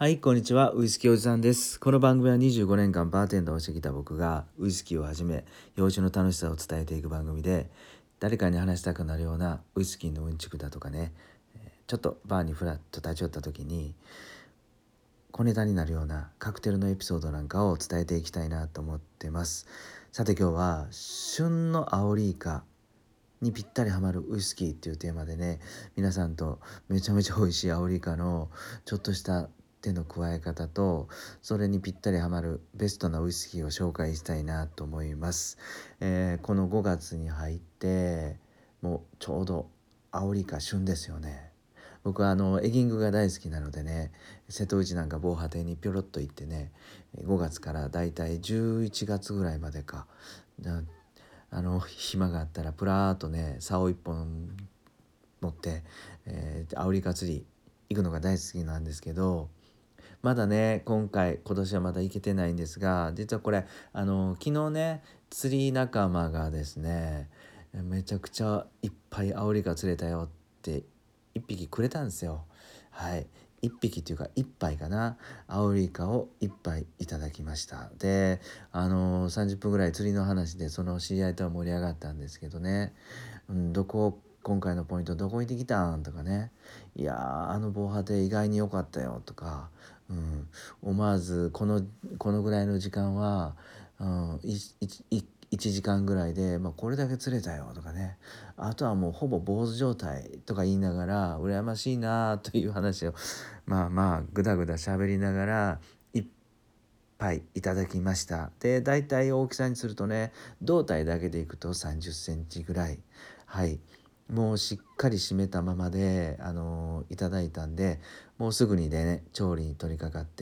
はい、こんにちは。ウイスキーおじさんです。この番組は25年間バーテンダーをしてきた僕がウイスキーをはじめ、洋酒の楽しさを伝えていく番組で、誰かに話したくなるようなウイスキーのうんちくだとかね、ちょっとバーにフラッと立ち寄った時に小ネタになるようなカクテルのエピソードなんかを伝えていきたいなと思ってます。さて今日は旬のアオリイカにぴったりハマるウイスキーっていうテーマでね、皆さんとめちゃめちゃ美味しいアオリイカのちょっとした手の加え方と、それにぴったりハマるベストなウイスキーを紹介したいなと思います。この5月に入ってもうちょうどアオリイカ旬ですよね。僕はエギングが大好きなのでね、瀬戸内なんか防波堤にぴょろっと行ってね、5月からだいたい11月ぐらいまでか、暇があったらプラーっとね竿一本持って、アオリイカ釣り行くのが大好きなんですけど、まだね今年はまだ行けてないんですが、実はこれ昨日ね釣り仲間がですね、めちゃくちゃいっぱいアオリイカ釣れたよって1匹くれたんですよ。はい、1匹っていうか1杯かな、アオリイカを1杯いただきました。で30分ぐらい釣りの話でその知り合いとは盛り上がったんですけどね、今回のポイントどこ行ってきたんとかね、いや防波堤意外に良かったよとか、思わずこのぐらいの時間は、1時間ぐらいで、これだけ釣れたよとかね、あとはもうほぼ坊主状態とか言いながら羨ましいなという話をぐだぐだ喋りながら一杯いただきました。でだいたい大きさにするとね、胴体だけでいくと30センチぐらい、はい、もうしっかり締めたままで、いただいたんで、もうすぐにね調理に取り掛かって、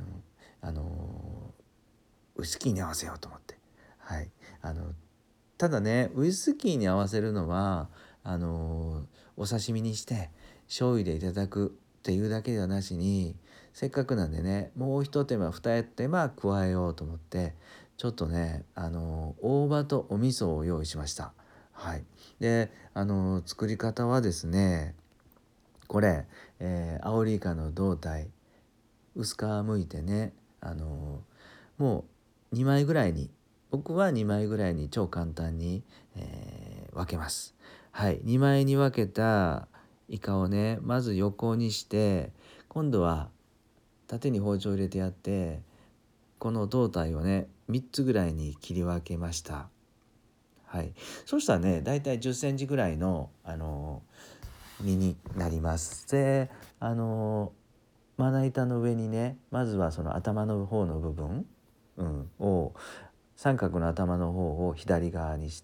ウイスキーに合わせようと思って、はい、ただねウイスキーに合わせるのはお刺身にして醤油でいただくっていうだけではなしに、せっかくなんでねもう一手間二手間加えようと思って、ちょっとね大葉とお味噌を用意しました。はい、で作り方はですね、これ、アオリイカの胴体薄皮むいてね、もう2枚ぐらいに、僕は2枚ぐらいに超簡単に、分けます。はい、2枚に分けたイカをねまず横にして、今度は縦に包丁を入れてやって、この胴体をね3つぐらいに切り分けました。はい、そしたらねだいたい10センチぐらいの、身になります。でまな板の上にね、まずはその頭の方の部分、を三角の頭の方を左側にして、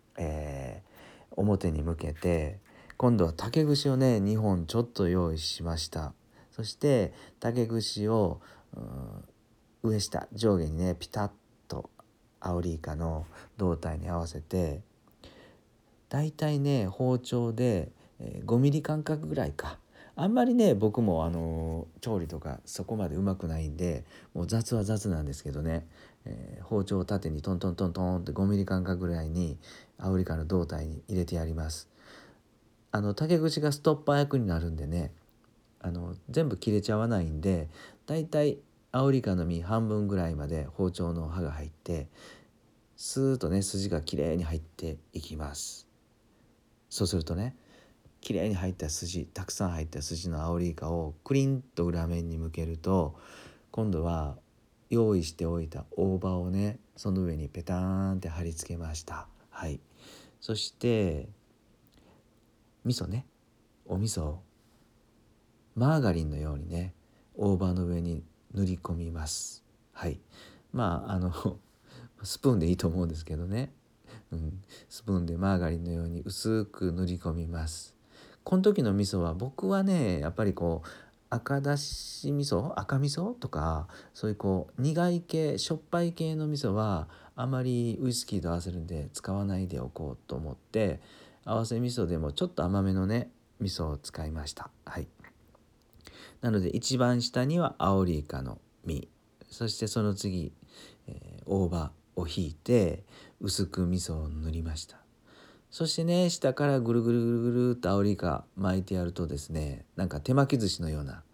表に向けて、今度は竹串をね2本ちょっと用意しました。そして竹串を、上下上下にねピタッとアオリイカの胴体に合わせて、だいたいね包丁で、5ミリ間隔ぐらいか。あんまりね僕も調理とかそこまでうまくないんで、もう雑は雑なんですけどね、包丁を縦にトントントントンって5ミリ間隔ぐらいにアオリイカの胴体に入れてやります。竹串がストッパー役になるんでね、全部切れちゃわないんで、だいたいアオリイカの身半分ぐらいまで包丁の刃が入って、スーッとね筋がきれいに入っていきます。そうするとね、きれいに入った筋、たくさん入った筋のアオリイカをクリンと裏面に向けると、今度は用意しておいた大葉をねその上にペターンって貼り付けました。はい、そして味噌ね、お味噌をマーガリンのようにね大葉の上に塗り込みます。はい、スプーンでいいと思うんですけどね、スプーンでマーガリンのように薄く塗り込みます。この時の味噌は僕はねやっぱりこう赤だし味噌、赤味噌とか、そういうこう苦い系しょっぱい系の味噌はあまりウイスキーと合わせるんで使わないでおこうと思って、合わせ味噌でもちょっと甘めのね味噌を使いました。はい、なので一番下にはアオリイカの身、そしてその次、大葉をひいて薄く味噌を塗りました。そしてね下からぐるぐるぐるぐるっとアオリイカ巻いてやるとですね、なんか手巻き寿司のような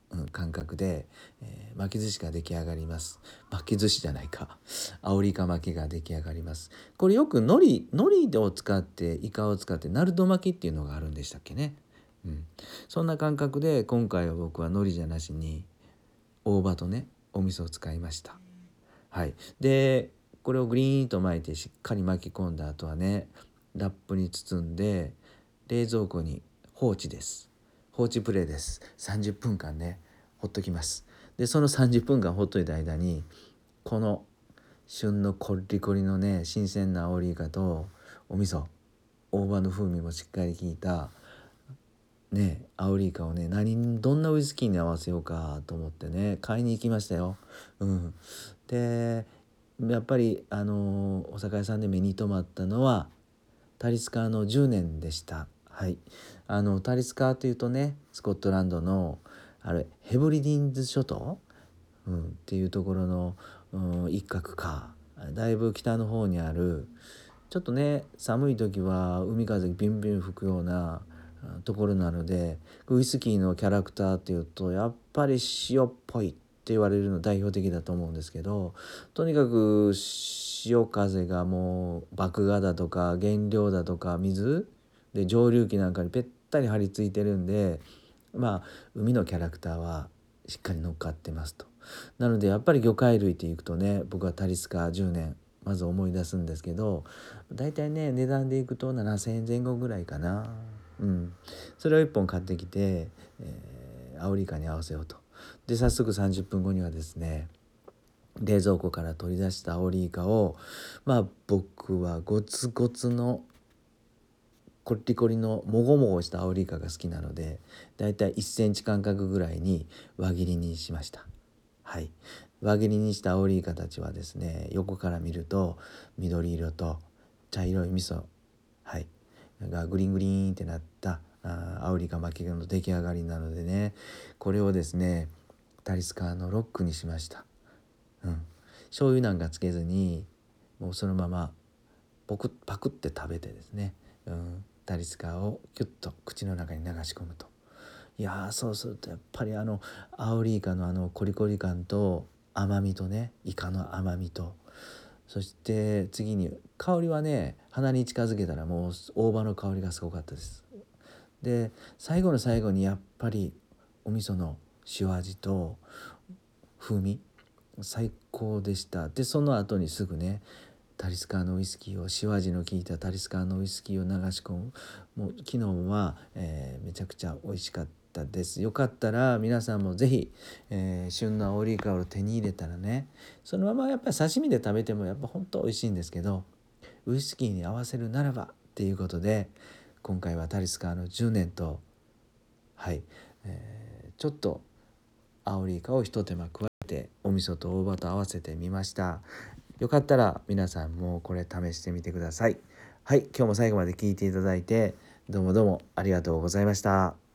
感覚で、巻き寿司が出来上がります。巻き寿司じゃないかアオリイカ巻きが出来上がります。これよく海苔を使ってイカを使ってナルト巻きっていうのがあるんでしたっけね。そんな感覚で今回は僕は海苔じゃなしに大葉とねお味噌を使いました。はい、でこれをグリーンと巻いてしっかり巻き込んだ後はねラップに包んで冷蔵庫に放置です。放置プレイです。30分間ねほっときます。でその30分間ほっといた間にこの旬のコリコリのね新鮮なアオリイカとお味噌大葉の風味もしっかり効いたねアオリイカをねどんなウイスキーに合わせようかと思ってね買いに行きましたよ。でやっぱりお酒屋さんで目に留まったのはタリスカーの10年でした。はい、タリスカーというとねスコットランドのヘブリディンズ諸島、っていうところの、一角かだいぶ北の方にあるちょっとね寒い時は海風ビンビン吹くようなところなのでウイスキーのキャラクターっていうとやっぱり塩っぽいって言われるの代表的だと思うんですけど、とにかく潮風がもう麦芽だとか原料だとか水で蒸留機なんかにぺったり張り付いてるんで、海のキャラクターはしっかり乗っかってますと。なのでやっぱり魚介類っていくとね僕はタリスカ10年まず思い出すんですけど、だいたいね値段でいくと7,000円前後ぐらいかな。それを1本買ってきて、アオリイカに合わせようと。で早速30分後にはですね冷蔵庫から取り出したアオリイカを僕はゴツゴツのコリコリのもごもごしたアオリイカが好きなのでだいたい1センチ間隔ぐらいに輪切りにしました。はい、輪切りにしたアオリイカたちはですね横から見ると緑色と茶色い味噌、がグリングリーンってなったアオリイカ巻きの出来上がりなのでねこれをですねタリスカーのロックにしました。醤油なんかつけずにもうそのままパクって食べてですね、タリスカーをキュッと口の中に流し込むと、いやそうするとやっぱりアオリイカのコリコリ感と甘みとねイカの甘みとそして次に香りはね鼻に近づけたらもう大葉の香りがすごかったです。で最後の最後にやっぱりお味噌の塩味と風味最高でした。でその後にすぐねタリスカーのウイスキーを塩味の効いたタリスカーのウイスキーを流し込む。もう昨日は、めちゃくちゃ美味しかったです。よかったら皆さんもぜひ、旬のアオリイカを手に入れたらねそのままやっぱり刺身で食べてもやっぱ本当美味しいんですけどウイスキーに合わせるならばっていうことで今回はタリスカーの10年とちょっとアオリイカを一手間加えてお味噌と大葉と合わせてみました。よかったら皆さんもこれ試してみてください。はい、今日も最後まで聞いていただいてどうもありがとうございました。